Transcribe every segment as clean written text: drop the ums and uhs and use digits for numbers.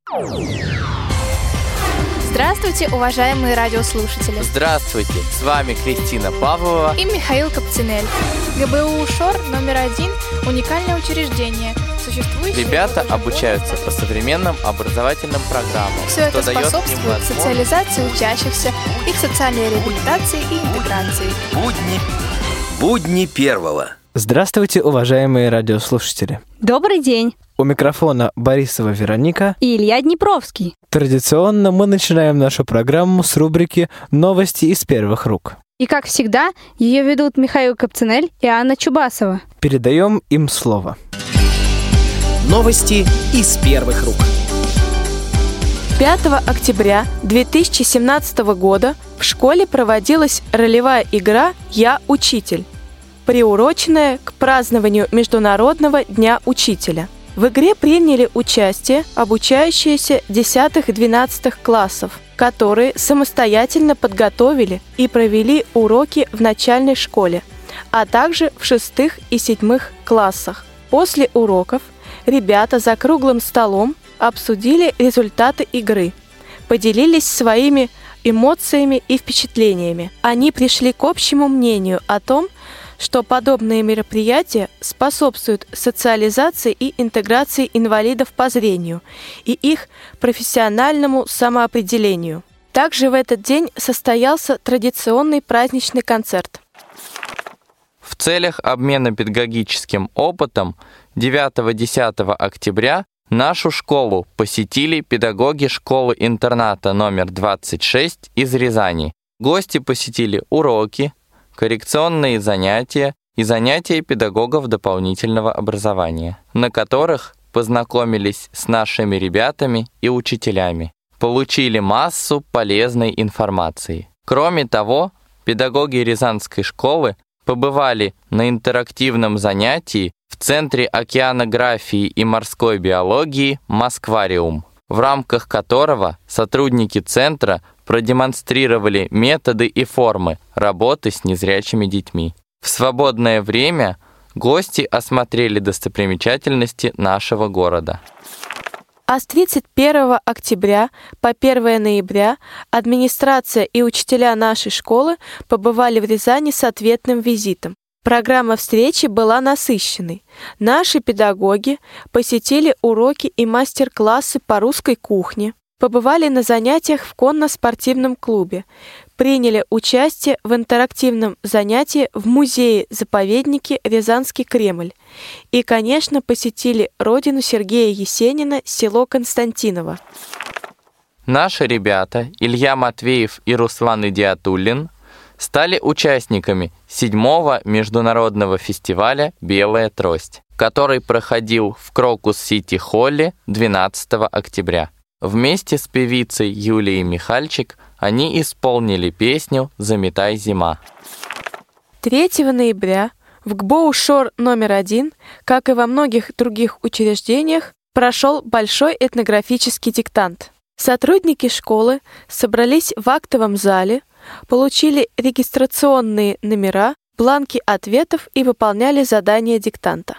Здравствуйте, уважаемые радиослушатели! Здравствуйте! С вами Кристина Павлова и Михаил Капцинель. ГБУ ШОР номер 1 – уникальное учреждение, существующее... Ребята обучаются по современным образовательным программам. Все это способствует социализации учащихся, их социальной реабилитации и интеграции. Будни первого. Здравствуйте, уважаемые радиослушатели! Добрый день! У микрофона Борисова Вероника и Илья Днепровский. Традиционно мы начинаем нашу программу с рубрики «Новости из первых рук». И, как всегда, ее ведут Михаил Капцинель и Анна Чубасова. Передаем им слово. Новости из первых рук. 5 октября 2017 года в школе проводилась ролевая игра «Я учитель», приуроченная к празднованию Международного дня учителя. В игре приняли участие обучающиеся 10-12 классов, которые самостоятельно подготовили и провели уроки в начальной школе, а также в 6 и 7 классах. После уроков ребята за круглым столом обсудили результаты игры, поделились своими эмоциями и впечатлениями. Они пришли к общему мнению о том, что подобные мероприятия способствуют социализации и интеграции инвалидов по зрению и их профессиональному самоопределению. Также в этот день состоялся традиционный праздничный концерт. В целях обмена педагогическим опытом 9-10 октября нашу школу посетили педагоги школы-интерната номер 26 из Рязани. Гости посетили уроки, коррекционные занятия и занятия педагогов дополнительного образования, на которых познакомились с нашими ребятами и учителями, получили массу полезной информации. Кроме того, педагоги Рязанской школы побывали на интерактивном занятии в Центре океанографии и морской биологии «Москвариум», в рамках которого сотрудники центра продемонстрировали методы и формы работы с незрячими детьми. В свободное время гости осмотрели достопримечательности нашего города. А с 31 октября по 1 ноября администрация и учителя нашей школы побывали в Рязани с ответным визитом. Программа встречи была насыщенной. Наши педагоги посетили уроки и мастер-классы по русской кухне, побывали на занятиях в конно-спортивном клубе, приняли участие в интерактивном занятии в музее-заповеднике Рязанский Кремль и, конечно, посетили родину Сергея Есенина, село Константиново. Наши ребята Илья Матвеев и Руслан Идиатуллин стали участниками 7-го международного фестиваля «Белая трость», который проходил в Крокус-Сити-Холле 12 октября. Вместе с певицей Юлией Михальчик они исполнили песню «Заметай, зима». 3 ноября в ГБУ ШОР номер 1, как и во многих других учреждениях, прошел большой этнографический диктант. Сотрудники школы собрались в актовом зале, получили регистрационные номера, бланки ответов и выполняли задания диктанта.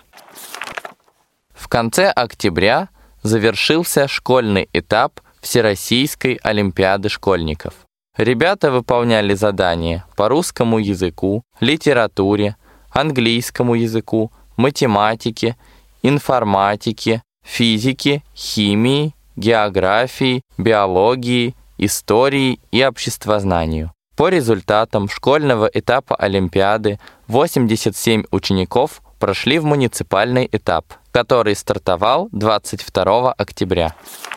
В конце октября завершился школьный этап Всероссийской олимпиады школьников. Ребята выполняли задания по русскому языку, литературе, английскому языку, математике, информатике, физике, химии, географии, биологии, истории и обществознанию. По результатам школьного этапа олимпиады 87 учеников прошли в муниципальный этап, который стартовал 22 октября.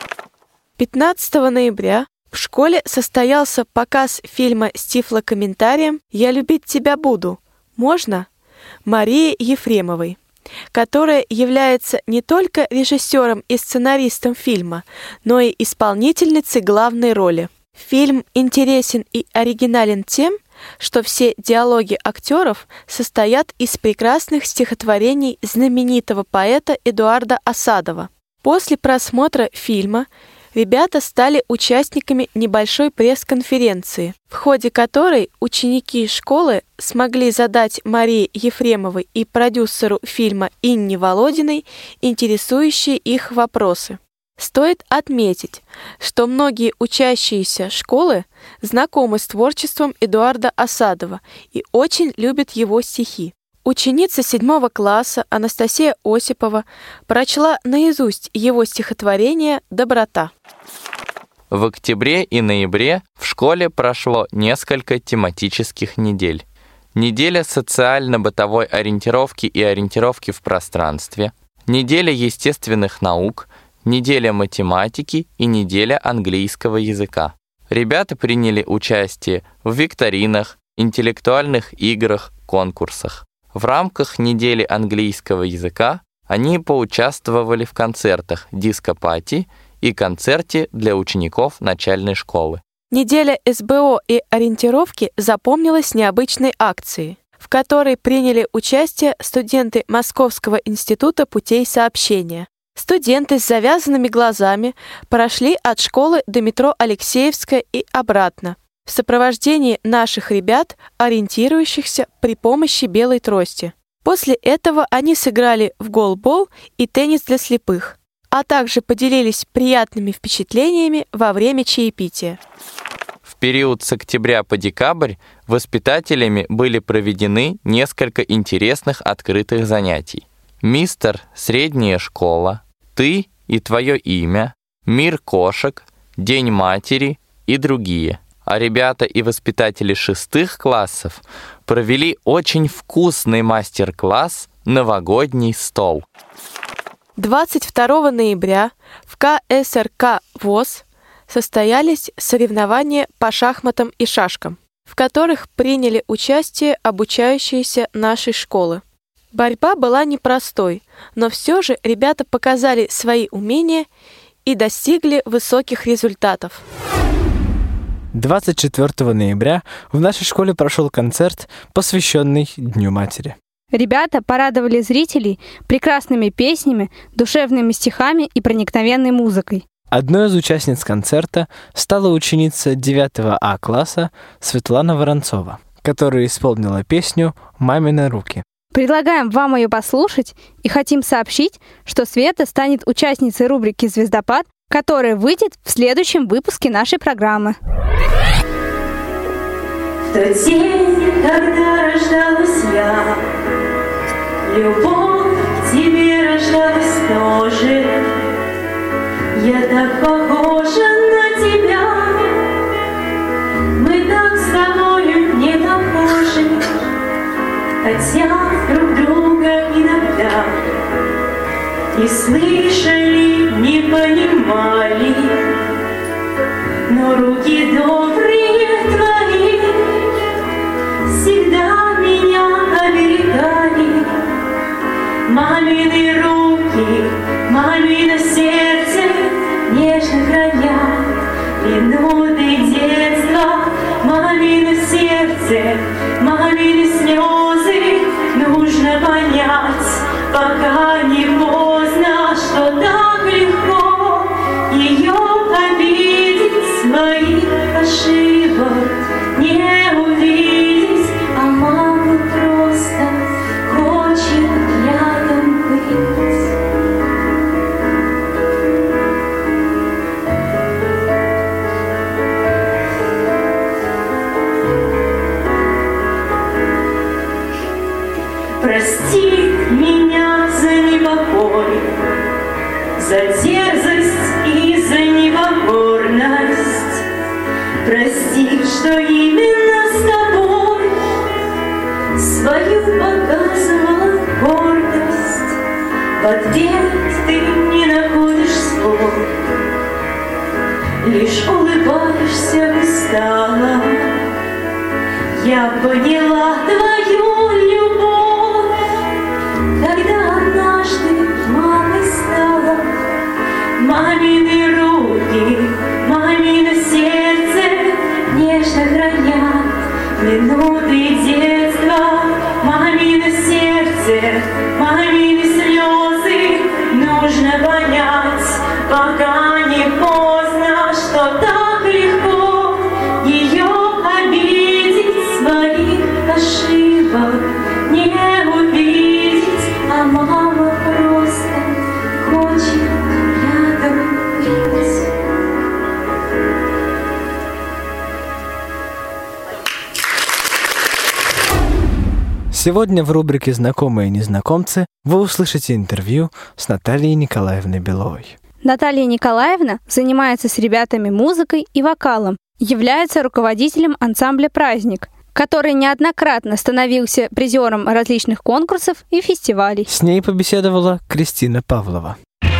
15 ноября в школе состоялся показ фильма с тифлокомментарием «Я любить тебя буду. Можно?» Марии Ефремовой, которая является не только режиссером и сценаристом фильма, но и исполнительницей главной роли. Фильм интересен и оригинален тем, что все диалоги актеров состоят из прекрасных стихотворений знаменитого поэта Эдуарда Асадова. После просмотра фильма ребята стали участниками небольшой пресс-конференции, в ходе которой ученики школы смогли задать Марии Ефремовой и продюсеру фильма Инне Володиной интересующие их вопросы. Стоит отметить, что многие учащиеся школы знакомы с творчеством Эдуарда Асадова и очень любят его стихи. Ученица 7 класса Анастасия Осипова прочла наизусть его стихотворение «Доброта». В октябре и ноябре в школе прошло несколько тематических недель. Неделя социально-бытовой ориентировки и ориентировки в пространстве, неделя естественных наук, неделя математики и неделя английского языка. Ребята приняли участие в викторинах, интеллектуальных играх, конкурсах. В рамках недели английского языка они поучаствовали в концертах «Дископати» и концерте для учеников начальной школы. Неделя СБО и ориентировки запомнилась необычной акцией, в которой приняли участие студенты Московского института путей сообщения. Студенты с завязанными глазами прошли от школы до метро Алексеевская и обратно в сопровождении наших ребят, ориентирующихся при помощи белой трости. После этого они сыграли в голбол и теннис для слепых, а также поделились приятными впечатлениями во время чаепития. В период с октября по декабрь воспитателями были проведены несколько интересных открытых занятий. Мистер «Средняя школа», «Ты и твое имя», «Мир кошек», «День матери» и другие. А ребята и воспитатели 6 классов провели очень вкусный мастер-класс «Новогодний стол». 22 ноября в КСРК ВОС состоялись соревнования по шахматам и шашкам, в которых приняли участие обучающиеся нашей школы. Борьба была непростой, но все же ребята показали свои умения и достигли высоких результатов. 24 ноября в нашей школе прошел концерт, посвященный Дню матери. Ребята порадовали зрителей прекрасными песнями, душевными стихами и проникновенной музыкой. Одной из участниц концерта стала ученица 9 А класса Светлана Воронцова, которая исполнила песню «Мамины руки». Предлагаем вам ее послушать и хотим сообщить, что Света станет участницей рубрики «Звездопад», которая выйдет в следующем выпуске нашей программы. В тот день, когда рождалась я, любовь к тебе рождалась тоже. Я так похожа на тебя, мы так с тобою не похожи, хотя друг друга иногда не слышали, не понимали, но руки добрые твои всегда меня оберегали. Мамины руки, мамино сердце нежно хранят минуты детства. Мамино сердце, мамины слезы нужно понять, пока не поздно, что так легко ее обидеть, своих ошибок не увидеть, а мама просто хочет рядом быть. Прости меня за непокой, за дерзость и за непокорность. Прости, что именно с тобой свою показывала гордость. В ответ ты не находишь слов, лишь улыбаешься устало. Я поняла твою любовь, когда однажды мамой стала. Мамины руки, мамино сердце нежно хранят минуты детства. Мамино сердце, мамины слезы нужно понять, пока не поздно, что так легко ее обидеть, своих ошибок не увидеть, а мама просто хочет рядом Сегодня в рубрике «Знакомые и незнакомцы» вы услышите интервью с Натальей Николаевной Беловой. Наталья Николаевна занимается с ребятами музыкой и вокалом, является руководителем ансамбля «Праздник», который неоднократно становился призером различных конкурсов и фестивалей. С ней побеседовала Кристина Павлова.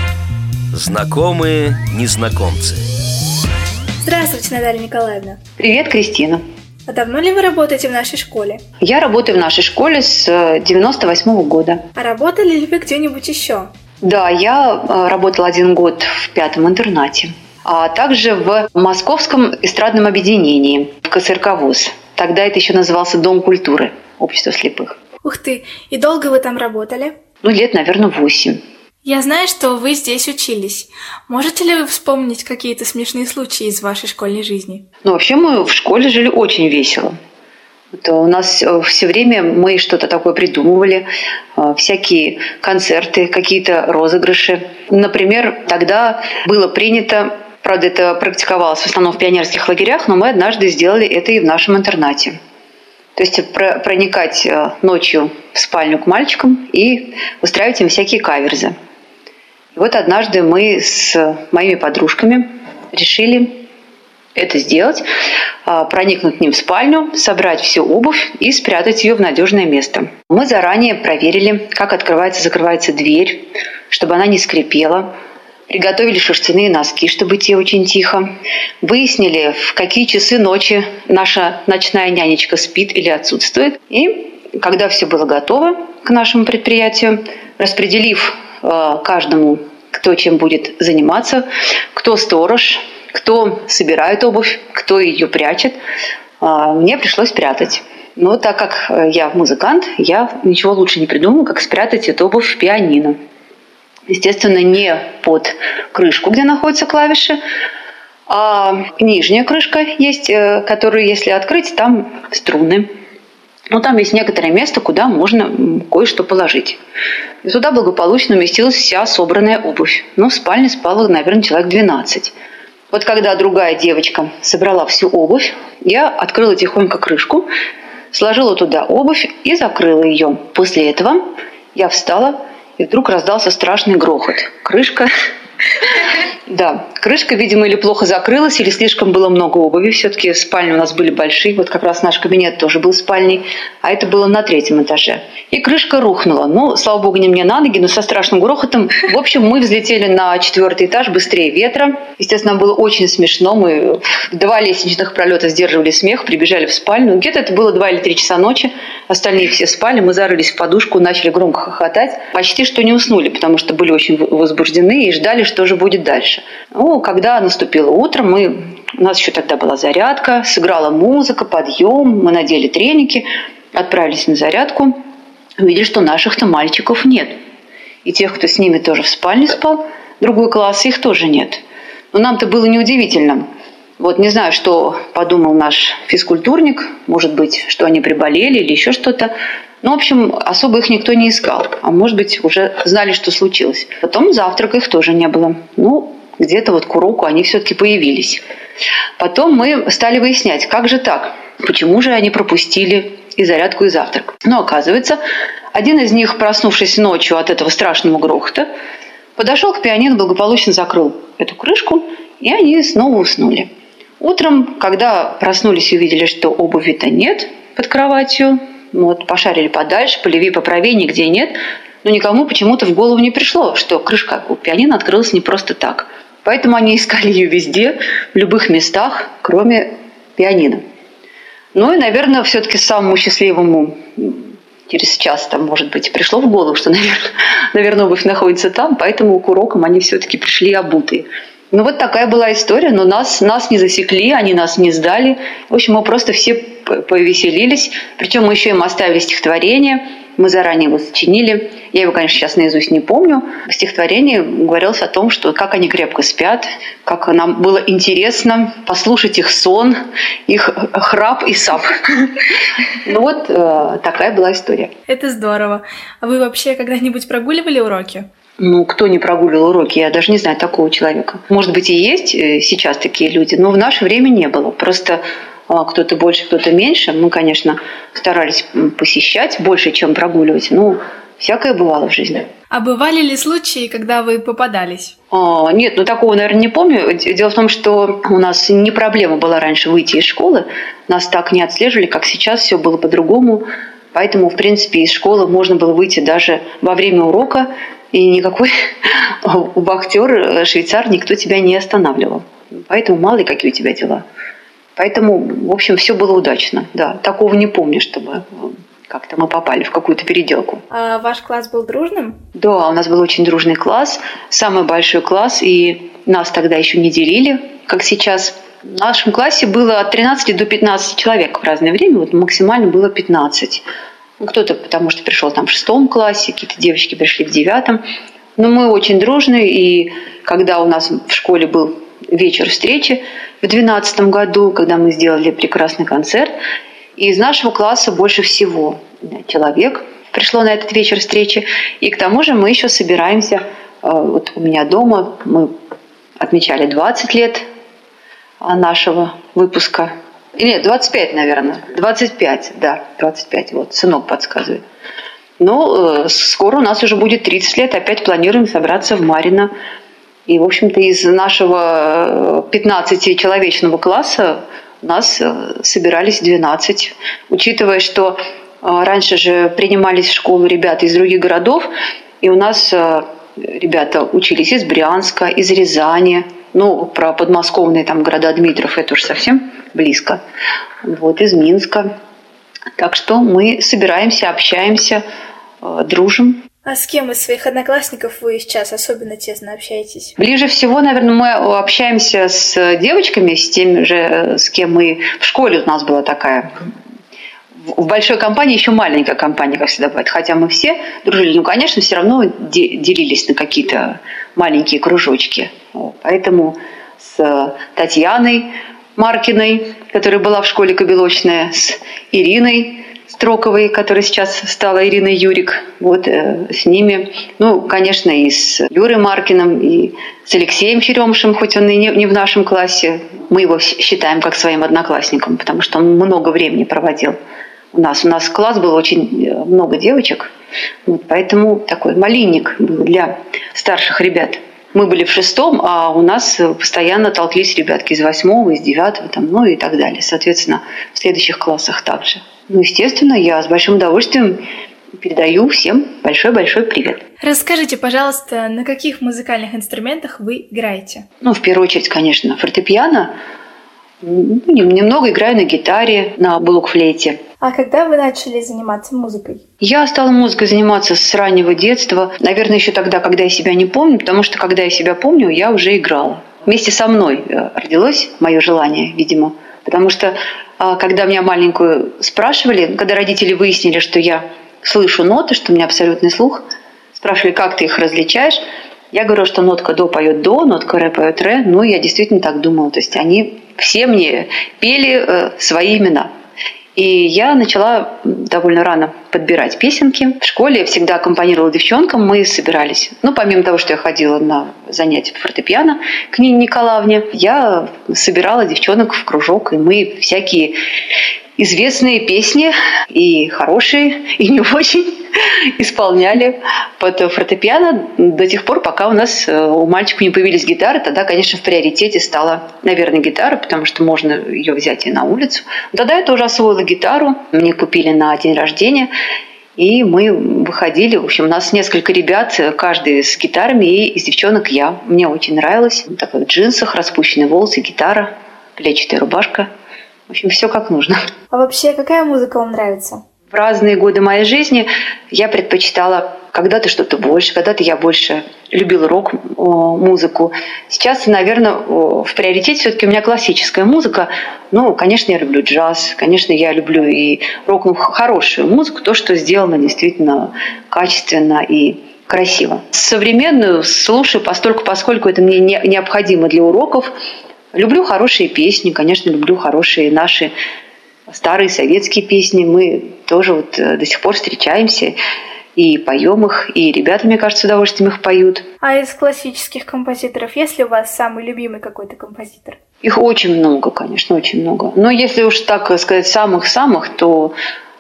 Знакомые незнакомцы. Здравствуйте, Наталья Николаевна. Привет, Кристина. А давно ли вы работаете в нашей школе? Я работаю в нашей школе с 98 года. А работали ли вы где-нибудь еще? Да, я работала 1 год в 5-м интернате, а также в Московском эстрадном объединении, в КСРК ВУЗ. Тогда это еще назывался Дом культуры, Общество слепых. Ух ты, и долго вы там работали? Лет, наверное, 8. Я знаю, что вы здесь учились. Можете ли вы вспомнить какие-то смешные случаи из вашей школьной жизни? Вообще мы в школе жили очень весело. У нас все время мы что-то такое придумывали, всякие концерты, какие-то розыгрыши. Например, тогда было принято, правда, это практиковалось в основном в пионерских лагерях, но мы однажды сделали это и в нашем интернате. То есть проникать ночью в спальню к мальчикам и устраивать им всякие каверзы. И вот однажды мы с моими подружками решили это сделать, проникнуть к ним в спальню, собрать всю обувь и спрятать ее в надежное место. Мы заранее проверили, как открывается-закрывается дверь, чтобы она не скрипела. Приготовили шерстяные носки, чтобы идти очень тихо. Выяснили, в какие часы ночи наша ночная нянечка спит или отсутствует. И когда все было готово к нашему предприятию, распределив каждому, кто чем будет заниматься, кто сторож, кто собирает обувь, кто ее прячет, мне пришлось прятать. Но так как я музыкант, я ничего лучше не придумала, как спрятать эту обувь в пианино. Естественно, не под крышку, где находятся клавиши, а нижняя крышка есть, которую, если открыть, там струны. Но там есть некоторое место, куда можно кое-что положить. И туда благополучно уместилась вся собранная обувь. Но в спальне спало, наверное, человек 12. Вот когда другая девочка собрала всю обувь, я открыла тихонько крышку, сложила туда обувь и закрыла ее. После этого я встала, и вдруг раздался страшный грохот. Крышка, видимо, или плохо закрылась, или слишком было много обуви. Все-таки спальни у нас были большие. Вот как раз наш кабинет тоже был спальней, а это было на 3-м этаже. И крышка рухнула. Ну, слава богу, не мне на ноги, но со страшным грохотом. В общем, мы взлетели на 4-й этаж быстрее ветра. Естественно, было очень смешно. Мы 2 лестничных пролета сдерживали смех, прибежали в спальню. Где-то это было 2 или 3 часа ночи. Остальные все спали. Мы зарылись в подушку, начали громко хохотать. Почти что не уснули, потому что были очень возбуждены и ждали, что же будет дальше. Ну, когда наступило утро, у нас еще тогда была зарядка, сыграла музыка, подъем, мы надели треники, отправились на зарядку, увидели, что наших-то мальчиков нет. И тех, кто с ними тоже в спальне спал, другой класс, их тоже нет. Но нам-то было неудивительно. Вот не знаю, что подумал наш физкультурник, может быть, что они приболели или еще что-то. Ну, в общем, особо их никто не искал. А может быть, уже знали, что случилось. Потом завтрака их тоже не было. Ну, где-то вот к уроку они все-таки появились. Потом мы стали выяснять, как же так? Почему же они пропустили и зарядку, и завтрак? Но оказывается, один из них, проснувшись ночью от этого страшного грохота, подошел к пианино, благополучно закрыл эту крышку, и они снова уснули. Утром, когда проснулись и увидели, что обуви-то нет под кроватью, вот, пошарили подальше, полевее, поправее, нигде нет, но никому почему-то в голову не пришло, что крышка у пианино открылась не просто так. Поэтому они искали ее везде, в любых местах, кроме пианино. Ну и, наверное, все-таки самому счастливому через час, там, может быть, пришло в голову, что, наверное, обувь находится там, поэтому к урокам они все-таки пришли обутые. Ну вот такая была история, но нас не засекли, они нас не сдали. В общем, мы просто все повеселились. Причем мы еще им оставили стихотворение. Мы заранее его сочинили. Я его, конечно, сейчас наизусть не помню. В стихотворении говорилось о том, что как они крепко спят, как нам было интересно послушать их сон, их храп и сап. Ну вот такая была история. Это здорово. А вы вообще когда-нибудь прогуливали уроки? Ну, кто не прогуливал уроки? Я даже не знаю такого человека. Может быть, и есть сейчас такие люди, но в наше время не было. Просто кто-то больше, кто-то меньше. Мы, конечно, старались посещать больше, чем прогуливать. Ну, всякое бывало в жизни. А бывали ли случаи, когда вы попадались? Нет, такого, наверное, не помню. Дело в том, что у нас не проблема была раньше выйти из школы. Нас так не отслеживали, как сейчас, все было по-другому. Поэтому, в принципе, из школы можно было выйти даже во время урока, и никакой вахтер, швейцар, никто тебя не останавливал. Поэтому мало ли какие у тебя дела. Поэтому, в общем, все было удачно. Да, такого не помню, чтобы как-то мы попали в какую-то переделку. А ваш класс был дружным? Да, у нас был очень дружный класс, самый большой класс, и нас тогда еще не делили, как сейчас. В нашем классе было от 13 до 15 человек в разное время, вот максимально было 15. Кто-то потому что пришел там в 6 классе, какие-то девочки пришли в 9. Но мы очень дружные, и когда у нас в школе был вечер встречи в 2012 году, когда мы сделали прекрасный концерт, и из нашего класса больше всего человек пришло на этот вечер встречи, и к тому же мы еще собираемся, вот у меня дома мы отмечали 20 лет нашего выпуска. Нет, 25, наверное. 25, да, 25. Вот, сынок подсказывает. Но скоро у нас уже будет 30 лет. Опять планируем собраться в Марино. И, в общем-то, из нашего 15-человечного класса у нас собирались 12. Учитывая, что раньше же принимались в школу ребята из других городов, и у нас ребята учились из Брянска, из Рязани. Про подмосковные там города Дмитров это уж совсем близко. Вот, из Минска. Так что мы собираемся, общаемся, дружим. А с кем из своих одноклассников вы сейчас особенно тесно общаетесь? Ближе всего, наверное, мы общаемся с девочками, с теми же, с кем мы в школе у нас была такая. В большой компании еще маленькая компания, как всегда бывает. Хотя мы все дружили, конечно, все равно делились на какие-то маленькие кружочки. Поэтому с Татьяной Маркиной, которая была в школе Кобелочная, с Ириной Строковой, которая сейчас стала Ириной Юрик, вот с ними. Конечно, и с Юрой Маркиным, и с Алексеем Черемшем, хоть он и не в нашем классе. Мы его считаем как своим одноклассником, потому что он много времени проводил у нас. У нас класс был очень много девочек, поэтому такой малинник был для старших ребят. Мы были в 6, а у нас постоянно толклись ребятки из 8, из 9, и так далее. Соответственно, в следующих классах также. Естественно, я с большим удовольствием передаю всем большой-большой привет. Расскажите, пожалуйста, на каких музыкальных инструментах вы играете? В первую очередь, конечно, фортепиано. Немного играю на гитаре, на блокфлейте. А когда вы начали заниматься музыкой? Я стала музыкой заниматься с раннего детства. Наверное, еще тогда, когда я себя не помню, потому что, когда я себя помню, я уже играла. Вместе со мной родилось мое желание, видимо. Потому что, когда меня маленькую спрашивали, когда родители выяснили, что я слышу ноты, что у меня абсолютный слух, спрашивали, как ты их различаешь, я говорю, что нотка до поет до, нотка ре поет ре. Я действительно так думала. То есть они все мне пели свои имена. И я начала довольно рано подбирать песенки. В школе я всегда аккомпанировала девчонкам, мы собирались. Помимо того, что я ходила на занятия по фортепиано к Нине Николаевне, я собирала девчонок в кружок, и мы всякие известные песни, и хорошие, и не очень, исполняли под фортепиано до тех пор, пока у нас у мальчиков не появились гитары. Тогда, конечно, в приоритете стала, наверное, гитара, потому что можно ее взять и на улицу. Тогда я тоже освоила гитару. Мне купили на день рождения. И мы выходили. В общем, у нас несколько ребят, каждый с гитарами, и из девчонок я. Мне очень нравилось. В джинсах, распущенные волосы, гитара, клетчатая рубашка. В общем, все как нужно. А вообще, какая музыка вам нравится? В разные годы моей жизни я предпочитала когда-то что-то больше, когда-то я больше любила рок-музыку. Сейчас, наверное, в приоритете все-таки у меня классическая музыка. Конечно, я люблю джаз, конечно, я люблю и хорошую музыку, то, что сделано действительно качественно и красиво. Современную слушаю поскольку это мне необходимо для уроков. Люблю хорошие песни, конечно, люблю хорошие наши старые советские песни. Мы тоже до сих пор встречаемся и поем их, и ребята, мне кажется, с удовольствием их поют. А из классических композиторов есть ли у вас самый любимый какой-то композитор? Их очень много, конечно, очень много. Но если уж так сказать, самых-самых, то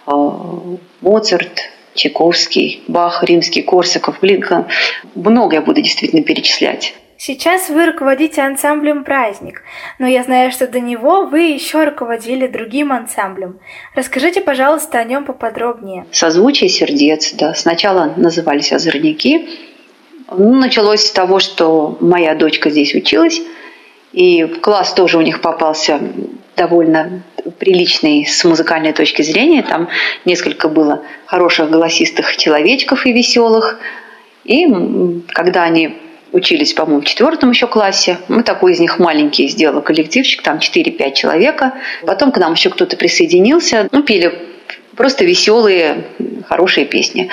Моцарт, Чайковский, Бах, Римский, Корсаков, много я буду действительно перечислять. Сейчас вы руководите ансамблем «Праздник», но я знаю, что до него вы еще руководили другим ансамблем. Расскажите, пожалуйста, о нем поподробнее. «Созвучие сердец», да. Сначала назывались «Озорники». Началось с того, что моя дочка здесь училась, и класс тоже у них попался довольно приличный с музыкальной точки зрения. Там несколько было хороших голосистых человечков и веселых. И когда они учились, по-моему, в 4 еще классе. Мы такой из них маленький сделали коллективчик, там 4-5 человека. Потом к нам еще кто-то присоединился. Пели просто веселые, хорошие песни.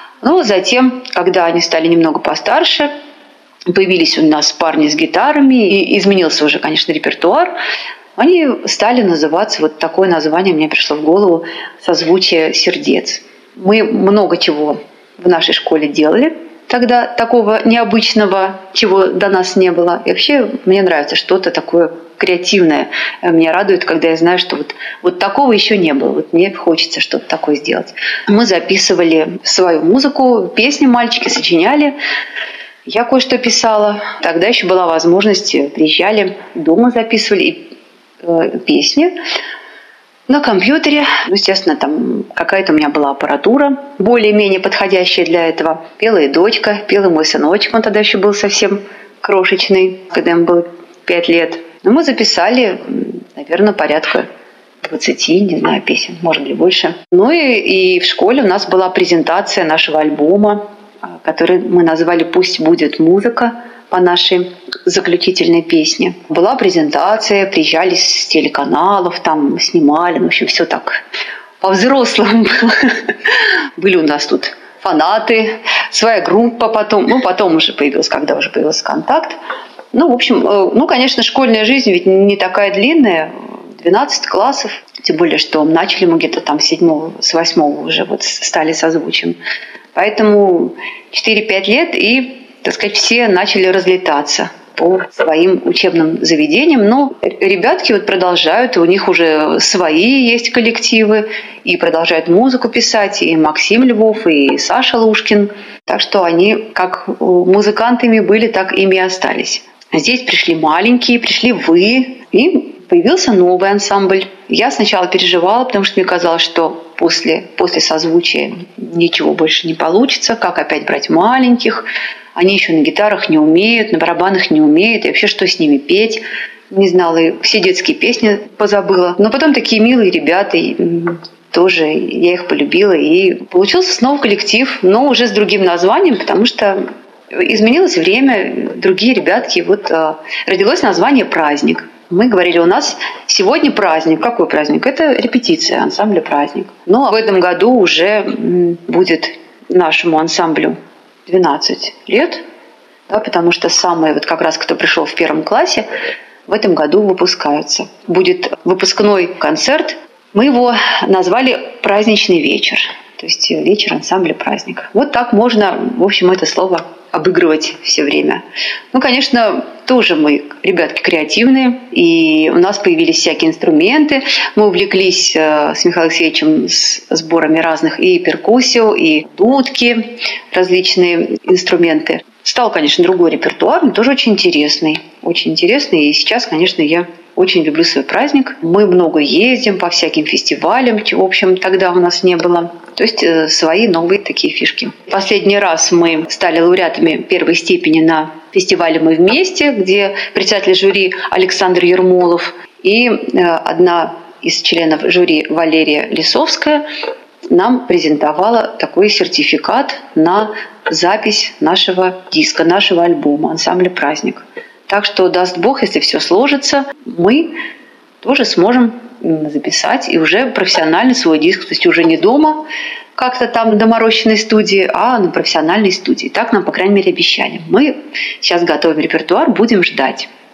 Затем, когда они стали немного постарше, появились у нас парни с гитарами, и изменился уже, конечно, репертуар. Они стали называться, вот такое название мне пришло в голову, «Созвучие сердец». Мы много чего в нашей школе делали тогда, такого необычного, чего до нас не было. И вообще мне нравится что-то такое креативное. Меня радует, когда я знаю, что вот такого еще не было. Вот мне хочется что-то такое сделать. Мы записывали свою музыку, песни мальчики сочиняли. Я кое-что писала. Тогда еще была возможность, приезжали, дома записывали песни на компьютере. Естественно, там какая-то у меня была аппаратура, более-менее подходящая для этого. Пела и дочка, пел и мой сыночек, он тогда еще был совсем крошечный, когда ему было 5 лет. Но мы записали, наверное, порядка 20, не знаю, песен, может быть, больше. И в школе у нас была презентация нашего альбома, который мы назвали «Пусть будет музыка», по нашей заключительной песне. Была презентация, приезжали с телеканалов, там снимали, в общем, все так по-взрослому было. Были у нас тут фанаты, своя группа потом. Потом уже появилась, когда уже появился «Контакт». В общем, конечно, школьная жизнь ведь не такая длинная, 12 классов, тем более, что начали мы где-то там с 8 уже стали созвучием. Поэтому 4-5 лет, и, так сказать, все начали разлетаться по своим учебным заведениям. Но ребятки продолжают, у них уже свои есть коллективы, и продолжают музыку писать, и Максим Львов, и Саша Лушкин. Так что они как музыкантами были, так ими и остались. Здесь пришли маленькие, пришли вы, и появился новый ансамбль. Я сначала переживала, потому что мне казалось, что после созвучия ничего больше не получится, как опять брать маленьких. Они еще на гитарах не умеют, на барабанах не умеют. И вообще, что с ними петь? Не знала, и все детские песни позабыла. Но потом такие милые ребята, и тоже я их полюбила. И получился снова коллектив, но уже с другим названием, потому что изменилось время, другие ребятки. Родилось название «Праздник». Мы говорили, у нас сегодня праздник. Какой праздник? Это репетиция ансамбля «Праздник». А в этом году уже будет нашему ансамблю 12 лет, потому что самые, как раз кто пришел в 1 классе, в этом году выпускаются. Будет выпускной концерт. Мы его назвали «Праздничный вечер». То есть вечер ансамбля «Праздник». Вот так можно, в общем, это слово обыгрывать все время. Конечно, тоже мы, ребятки, креативные, и у нас появились всякие инструменты. Мы увлеклись с Михаилом Алексеевичем сборами разных и перкуссио, и дудки, различные инструменты. Стал, конечно, другой репертуар, но тоже очень интересный. Очень интересный, и сейчас, конечно, я очень люблю свой праздник. Мы много ездим по всяким фестивалям, чего, в общем, тогда у нас не было. То есть свои новые такие фишки. Последний раз мы стали лауреатами 1 степени на фестивале «Мы вместе», где председатель жюри Александр Ермолов и одна из членов жюри Валерия Лисовская нам презентовала такой сертификат на запись нашего диска, нашего альбома ансамбля «Праздник». Так что, даст Бог, если все сложится, мы тоже сможем записать и уже профессиональный свой диск. То есть уже не дома, как-то там в доморощенной студии, а на профессиональной студии. Так нам, по крайней мере, обещали. Мы сейчас готовим репертуар, будем ждать,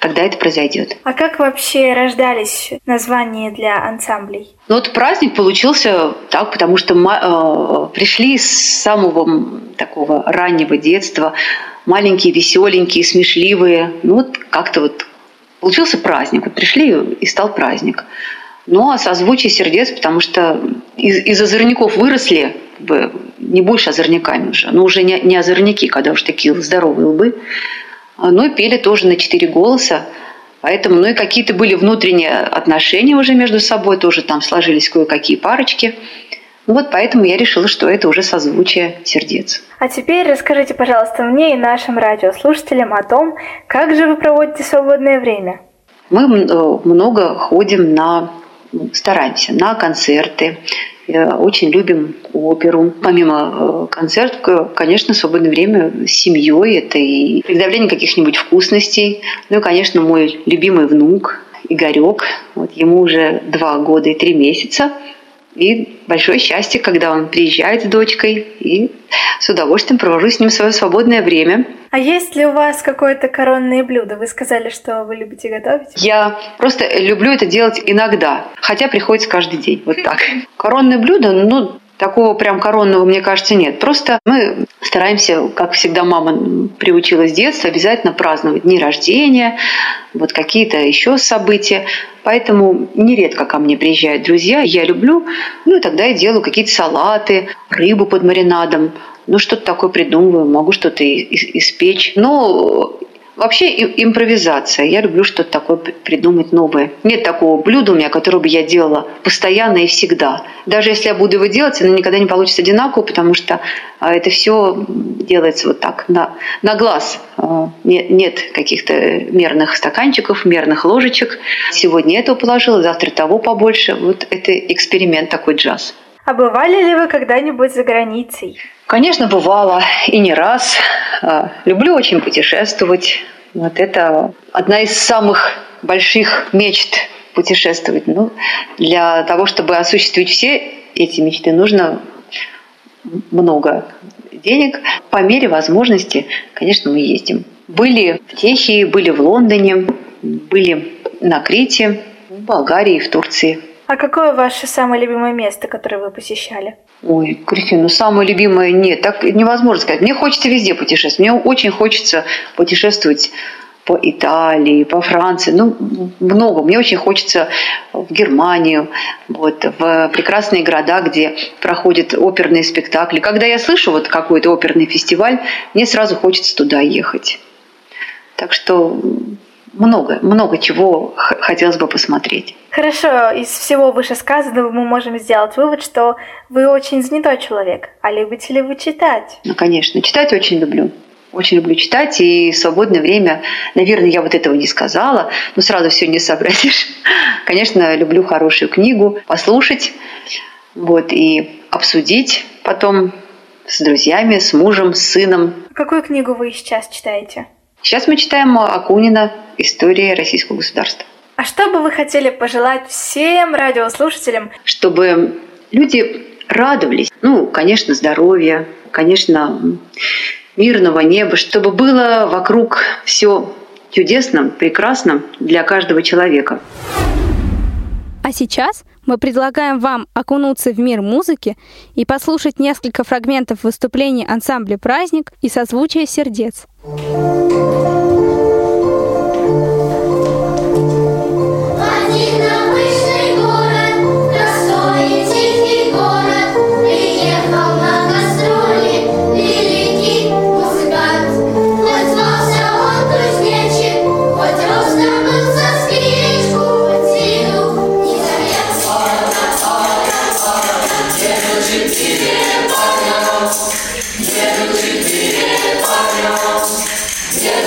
когда это произойдет. А как вообще рождались названия для ансамблей? Ну вот праздник получился так, потому что пришли с самого такого раннего детства маленькие, веселенькие, смешливые. Ну вот как-то вот получился праздник. Вот пришли и стал праздник. Ну а созвучие сердец, потому что из озорников выросли, как бы, не больше озорниками уже, но уже не озорники, когда уж такие здоровые лбы. Ну и пели тоже на 4 голоса. Поэтому, ну и какие-то были внутренние отношения уже между собой, тоже там сложились кое-какие парочки. Ну вот поэтому я решила, что это уже созвучие сердец. А теперь расскажите, пожалуйста, мне и нашим радиослушателям о том, как же вы проводите свободное время. Мы много ходим стараемся на концерты, очень любим оперу. Помимо концертов, конечно, свободное время с семьей, это и приготовление каких-нибудь вкусностей. Ну и, конечно, мой любимый внук Игорек, вот ему уже 2 года и 3 месяца. И большое счастье, когда он приезжает с дочкой, и с удовольствием провожу с ним свое свободное время. А есть ли у вас какое-то коронное блюдо? Вы сказали, что вы любите готовить. Я просто люблю это делать иногда, хотя приходится каждый день. Вот так. Коронное блюдо, такого прям коронного, мне кажется, нет. Просто мы стараемся, как всегда мама приучила с детства, обязательно праздновать дни рождения, вот какие-то еще события. Поэтому нередко ко мне приезжают друзья, я люблю, и тогда я делаю какие-то салаты, рыбу под маринадом, что-то такое придумываю, могу что-то испечь. Но вообще импровизация. Я люблю что-то такое придумать новое. Нет такого блюда у меня, которое бы я делала постоянно и всегда. Даже если я буду его делать, оно никогда не получится одинаково, потому что это все делается вот так, на глаз. Нет каких-то мерных стаканчиков, мерных ложечек. Сегодня этого положила, завтра того побольше. Вот это эксперимент такой, джаз. А бывали ли вы когда-нибудь за границей? Конечно, бывало, и не раз. Люблю очень путешествовать. Вот это одна из самых больших мечт – путешествовать. Для того, чтобы осуществить все эти мечты, нужно много денег. По мере возможности, конечно, мы ездим. Были в Чехии, были в Лондоне, были на Крите, в Болгарии, в Турции. А какое ваше самое любимое место, которое вы посещали? Ой, Кристина, самое любимое нет, так невозможно сказать. Мне хочется везде путешествовать. Мне очень хочется путешествовать по Италии, по Франции, много. Мне очень хочется в Германию, в прекрасные города, где проходят оперные спектакли. Когда я слышу какой-то оперный фестиваль, мне сразу хочется туда ехать. Так что много чего хотелось бы посмотреть. Хорошо, из всего вышесказанного мы можем сделать вывод, что вы очень занятой человек. А любите ли вы читать? Конечно, читать очень люблю. Очень люблю читать, и в свободное время, наверное, я этого не сказала, но сразу все не сообразишь. Конечно, люблю хорошую книгу, послушать, и обсудить потом с друзьями, с мужем, с сыном. Какую книгу вы сейчас читаете? Сейчас мы читаем Акунина «История российского государства». А что бы вы хотели пожелать всем радиослушателям? Чтобы люди радовались. Конечно, здоровья, конечно, мирного неба, чтобы было вокруг все чудесным, прекрасным для каждого человека. А сейчас мы предлагаем вам окунуться в мир музыки и послушать несколько фрагментов выступлений ансамбля «Праздник» и созвучия сердец. Yeah.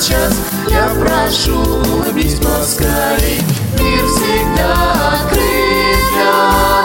сейчас я прошу быть поскорей. Мир всегда открыт для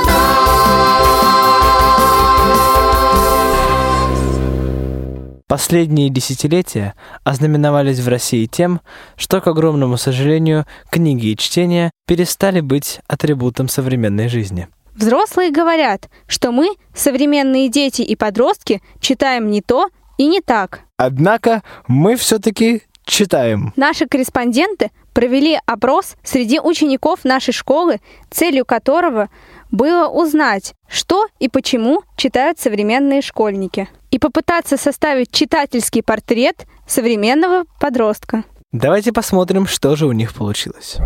нас. Последние десятилетия ознаменовались в России тем, что, к огромному сожалению, книги и чтение перестали быть атрибутом современной жизни. Взрослые говорят, что мы, современные дети и подростки, читаем не то и не так. Однако мы все-таки читаем. Наши корреспонденты провели опрос среди учеников нашей школы, целью которого было узнать, что и почему читают современные школьники, и попытаться составить читательский портрет современного подростка. Давайте посмотрим, что же у них получилось.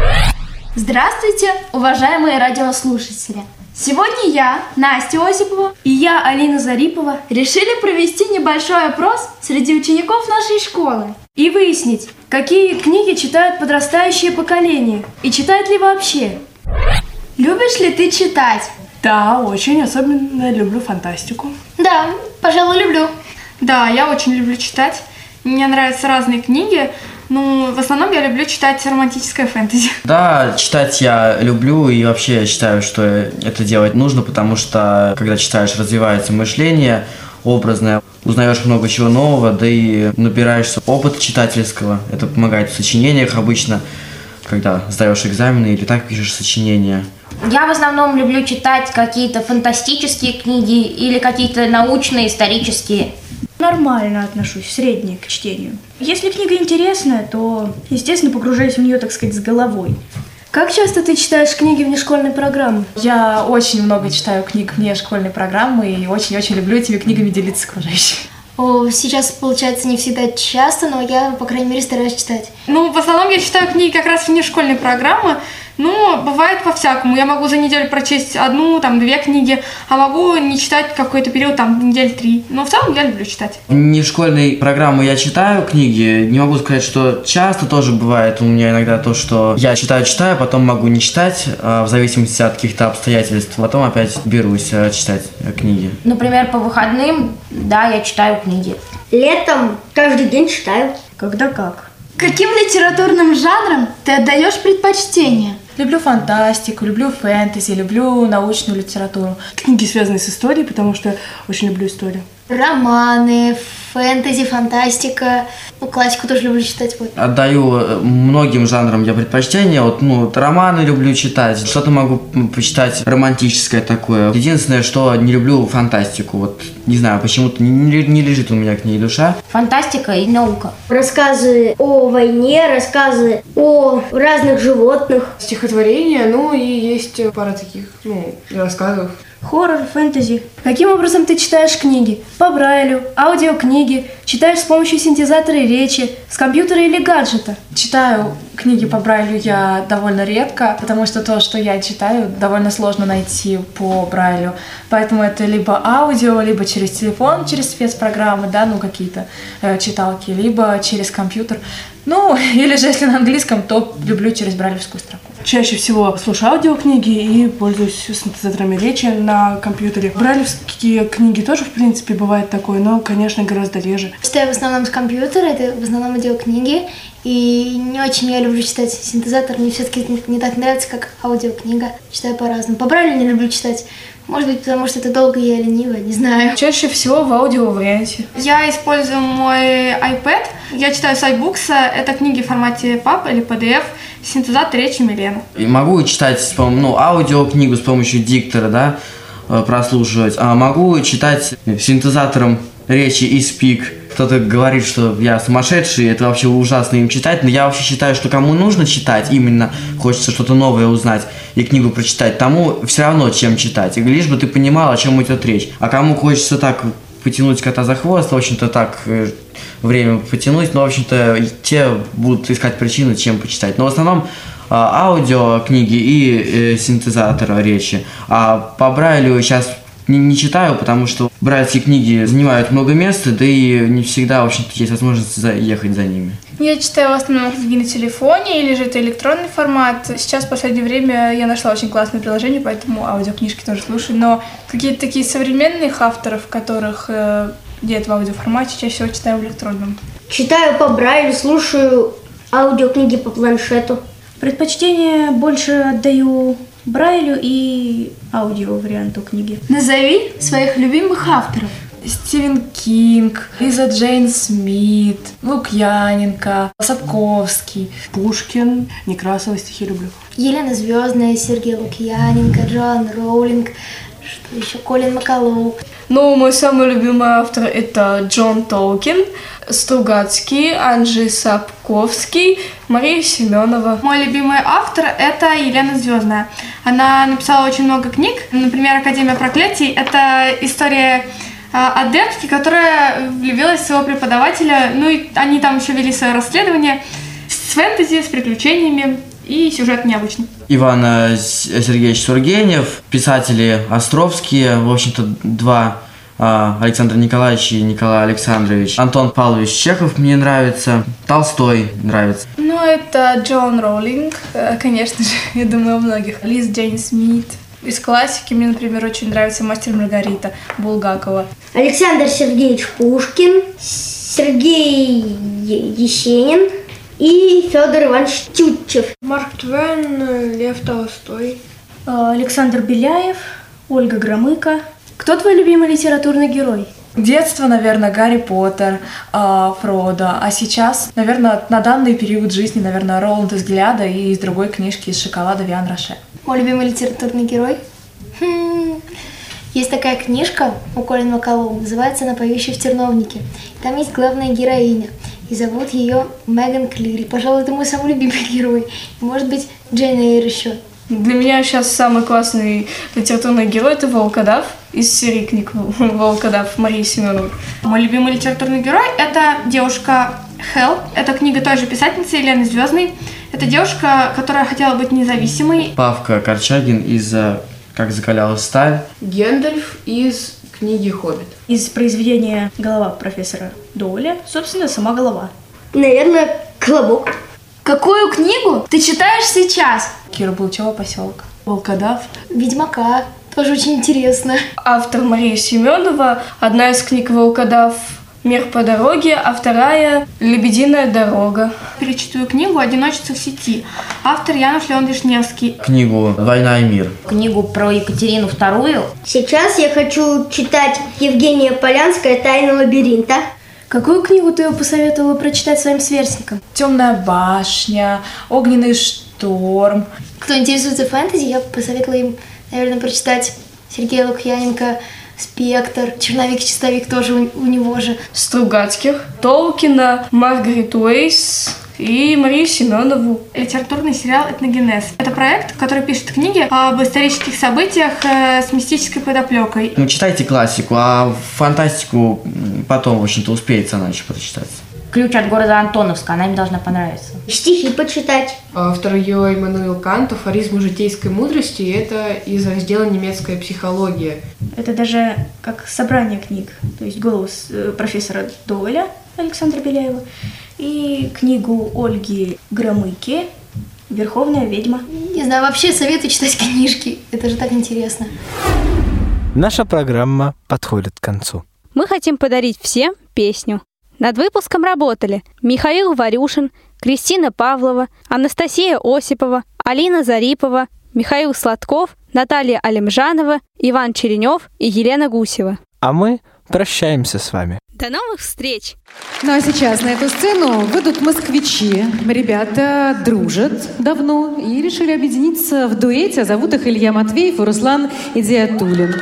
Здравствуйте, уважаемые радиослушатели! Сегодня я, Настя Осипова, и я, Алина Зарипова, решили провести небольшой опрос среди учеников нашей школы и выяснить, какие книги читают подрастающее поколение и читают ли вообще. Любишь ли ты читать? Да, очень, особенно люблю фантастику. Да, пожалуй, люблю. Да, я очень люблю читать. Мне нравятся разные книги. Ну, в основном я люблю читать романтическое фэнтези. Да, читать я люблю и вообще считаю, что это делать нужно, потому что, когда читаешь, развивается мышление образное, узнаешь много чего нового, да и набираешься опыта читательского. Это помогает в сочинениях обычно, когда сдаешь экзамены или так пишешь сочинения. Я в основном люблю читать какие-то фантастические книги или какие-то научные, исторические. Нормально отношусь, средне к чтению. Если книга интересная, то, естественно, погружаюсь в нее, так сказать, с головой. Как часто ты читаешь книги вне школьной программы? Я очень много читаю книг вне школьной программы и очень-очень люблю этими книгами делиться с окружающими. Сейчас, получается, не всегда часто, но я, по крайней мере, стараюсь читать. Ну, в основном я читаю книги как раз вне школьной программы. Ну, бывает по-всякому. Я могу за неделю прочесть 1-2 книги, а могу не читать какой-то период, недель 3. Но в целом я люблю читать. Не в школьной программе я читаю книги. Не могу сказать, что часто тоже бывает у меня иногда то, что я читаю, потом могу не читать, в зависимости от каких-то обстоятельств. Потом опять берусь читать книги. Например, по выходным, да, я читаю книги. Летом каждый день читаю. Когда как. Каким литературным жанрам ты отдаешь предпочтение? Люблю фантастику, люблю фэнтези, люблю научную литературу. Книги, связанные с историей, потому что очень люблю историю. Романы, фэнтези, фантастика. Классику тоже люблю читать. Отдаю многим жанрам я предпочтение. Романы люблю читать. Что-то могу почитать романтическое такое. Единственное, что не люблю фантастику. Не знаю, почему-то не лежит у меня к ней душа. Фантастика и наука. Рассказы о войне, рассказы о разных животных. Стихотворения, и есть пара таких, рассказов. Хоррор, фэнтези. Каким образом ты читаешь книги? По Брайлю, аудиокниги, читаешь с помощью синтезатора речи, с компьютера или гаджета? Читаю книги по Брайлю я довольно редко, потому что то, что я читаю, довольно сложно найти по Брайлю. Поэтому это либо аудио, либо через телефон, через спецпрограммы, какие-то читалки, либо через компьютер. Или же, если на английском, то люблю через брайлевскую строку. Чаще всего слушаю аудиокниги и пользуюсь синтезаторами речи на компьютере. Брайлевские книги тоже, в принципе, бывает такое, но, конечно, гораздо реже. Читаю в основном с компьютера, это в основном аудиокниги. И не очень я люблю читать синтезатор, мне все-таки не так нравится, как аудиокнига. Читаю по-разному. По Брайлю не люблю читать. Может быть, потому что это долго и я ленивая, не знаю. Чаще всего в аудиоварианте. Я использую мой iPad. Я читаю с iBooks. Это книги в формате PUB или PDF. Синтезатор речи Милена. И могу читать аудиокнигу с помощью диктора, прослушивать. А могу читать синтезатором речи и Speak. Кто-то говорит, что я сумасшедший, это вообще ужасно им читать, но я вообще считаю, что кому нужно читать, именно хочется что-то новое узнать и книгу прочитать, тому все равно чем читать, и лишь бы ты понимал, о чем идет речь. А кому хочется так потянуть кота за хвост, в общем-то так время потянуть, но в общем-то те будут искать причины, чем почитать. Но в основном аудиокниги и синтезатор речи. А по Брайлю сейчас не читаю, потому что брайлевские книги занимают много места, да и не всегда, в общем-то, есть возможность заехать за ними. Я читаю в основном книги на телефоне, или же это электронный формат. Сейчас в последнее время я нашла очень классное приложение, поэтому аудиокнижки тоже слушаю. Но какие-то такие современных авторов, которых нет в аудиоформате, чаще всего читаю в электронном. Читаю по Брайлю, слушаю аудиокниги по планшету. Предпочтение больше отдаю Брайлю и аудиоварианту книги. Назови своих любимых авторов. Стивен Кинг, Лиза Джейн Смит, Лукьяненко, Сапковский, Пушкин, Некрасова стихи люблю. Елена Звездная, Сергей Лукьяненко, Джоан Роулинг, что еще, Колин Макколоу. Ну, мой самый любимый автор это Джон Толкин, Стругацкий, Анджей Сапковский, Мария Семенова. Мой любимый автор – это Елена Звездная. Она написала очень много книг. Например, «Академия проклятий» – это история адептки, которая влюбилась в своего преподавателя. Ну и они там еще вели свое расследование с фэнтези, с приключениями, и сюжет необычный. Иван Сергеевич Тургенев, писатели Островские, в общем-то, два, Александр Николаевич и Николай Александрович. Антон Павлович Чехов мне нравится, Толстой нравится. Ну, это Джоан Роулинг, конечно же, я думаю, у многих. Лиз Джейн Смит. Из классики мне, например, очень нравится «Мастер и Маргарита» Булгакова. Александр Сергеевич Пушкин, Сергей Есенин и Федор Иванович Тютчев. Марк Твен, Лев Толстой. Александр Беляев, Ольга Громыко. Кто твой любимый литературный герой? Детство, наверное, Гарри Поттер, Фродо, а сейчас, наверное, на данный период жизни, наверное, Роланд из Гиляда и из другой книжки «Из шоколада» Виан Роше. Мой любимый литературный герой? Есть такая книжка у Колина Макколоу, называется «Она поющая в терновнике». Там есть главная героиня, и зовут ее Меган Клири. Пожалуй, это мой самый любимый герой. И, может быть, Джейн Эйр еще. Для меня сейчас самый классный литературный герой – это Волкодав из серии книг «Волкодав» Марии Семеновой. Мой любимый литературный герой – это девушка Хелл. Это книга той же писательницы Елены Звездной. Это девушка, которая хотела быть независимой. Павка Корчагин из «Как закалялась сталь». Гендальф из книги «Хоббит». Из произведения «Голова» профессора Доуэля, собственно, сама голова. Наверное, «Колобок». Какую книгу ты читаешь сейчас? Кира Булычева «Поселок». Волкодав. Ведьмака. Тоже очень интересно. Автор Мария Семенова. Одна из книг «Волкодав» «Мир по дороге», а вторая «Лебединая дорога». Перечитываю книгу «Одиночество в сети». Автор Януш Леон Вишневский. Книгу «Война и мир». Книгу про Екатерину II. Сейчас я хочу читать Евгения Полянская «Тайна лабиринта». Какую книгу ты посоветовала прочитать своим сверстникам? «Темная башня», «Огненный шторм». Кто интересуется фэнтези, я посоветовала им, наверное, прочитать Сергея Лукьяненко, «Спектр», «Черновик-чистовик» тоже у него же. Стругацких, Толкина, Маргарет Уэйс и Марию Семенову. Литературный сериал «Этногенез». Это проект, который пишет книги об исторических событиях с мистической подоплекой. Ну, читайте классику, а фантастику потом, в общем-то, успеется она еще прочитать. «Ключ от города Антоновска», она им должна понравиться. Стихи почитать. Автор ее Иммануил Кант, «Афоризмы житейской мудрости», это из раздела «Немецкая психология». Это даже как собрание книг, то есть голос профессора Доуэля Александра Беляева и книгу Ольги Громыки «Верховная ведьма». Не знаю, вообще советую читать книжки, это же так интересно. Наша программа подходит к концу. Мы хотим подарить всем песню. Над выпуском работали Михаил Варюшин, Кристина Павлова, Анастасия Осипова, Алина Зарипова, Михаил Сладков, Наталья Алимжанова, Иван Черенев и Елена Гусева. А мы прощаемся с вами. До новых встреч! Ну а сейчас на эту сцену выйдут москвичи. Ребята дружат давно и решили объединиться в дуэте. Зовут их Илья Матвеев и Руслан Идиатуллин.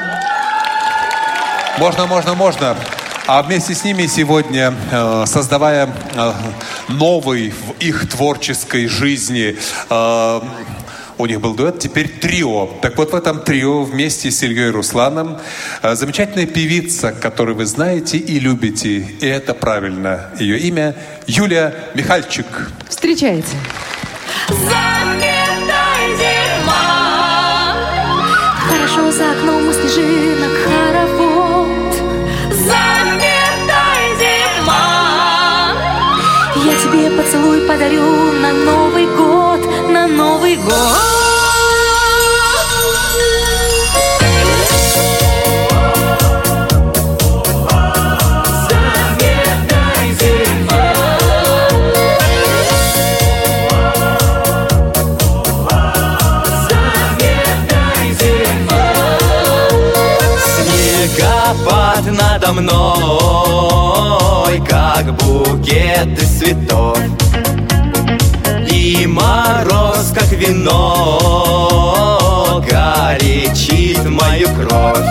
Можно. А вместе с ними сегодня, создавая новый в их творческой жизни, у них был дуэт, теперь трио. Так вот, в этом трио вместе с Ильей и Русланом замечательная певица, которую вы знаете и любите. И это правильно. Ее имя Юлия Михальчик. Встречайте. Заметай зима, хорошо за окном снежинок хоровод. Заметай зима, я тебе поцелуй подарю на Новый год, на Новый год. Заметай зима. со мной, как букет из цветов. И мороз, как вино, горячит мою кровь.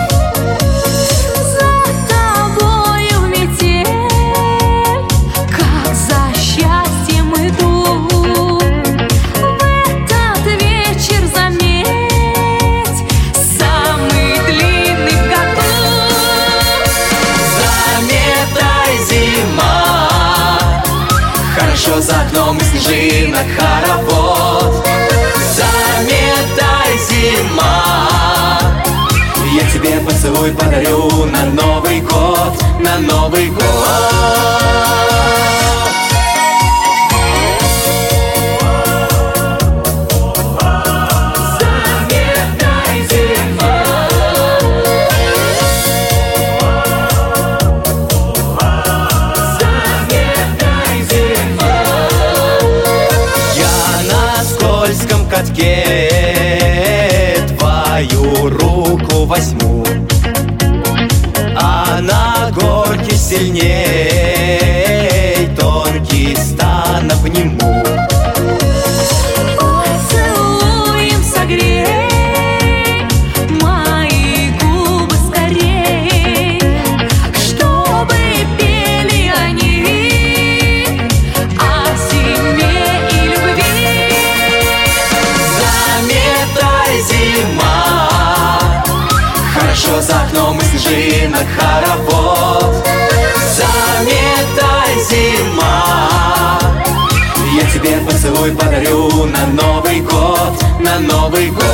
За окном снежинок хоровод. Заметай, зима, я тебе поцелуй подарю на Новый год, на Новый год. Твою руку возьму, а на горке сильней тонкий стан обниму. Поцелуем согрей мои губы скорей, чтобы пели они о зиме и любви. Заметай, зима, хорошо за окном и снежинок хоровод. Заметай, зима, я тебе поцелуй подарю на Новый год, на Новый год.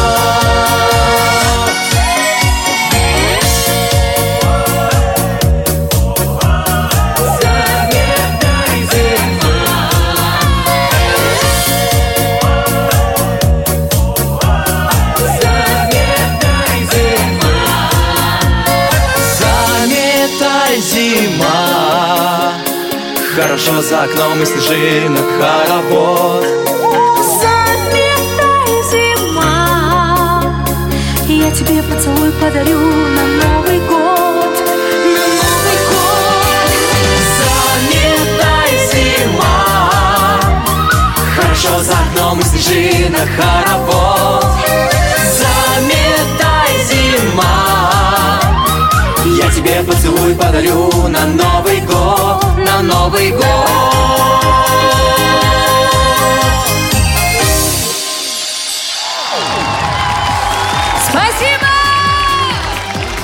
Зима, хорошо за окном и снежинок хоровод. Заметай, зима, я тебе поцелуй подарю на Новый год, на Новый год. Заметай, зима, хорошо за окном и снежинок хоровод. Заметай, зима, я тебе поцелуй подарю на Новый год, на Новый год. Спасибо!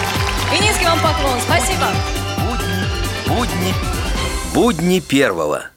И низкий вам поклон. Спасибо. Будни первого.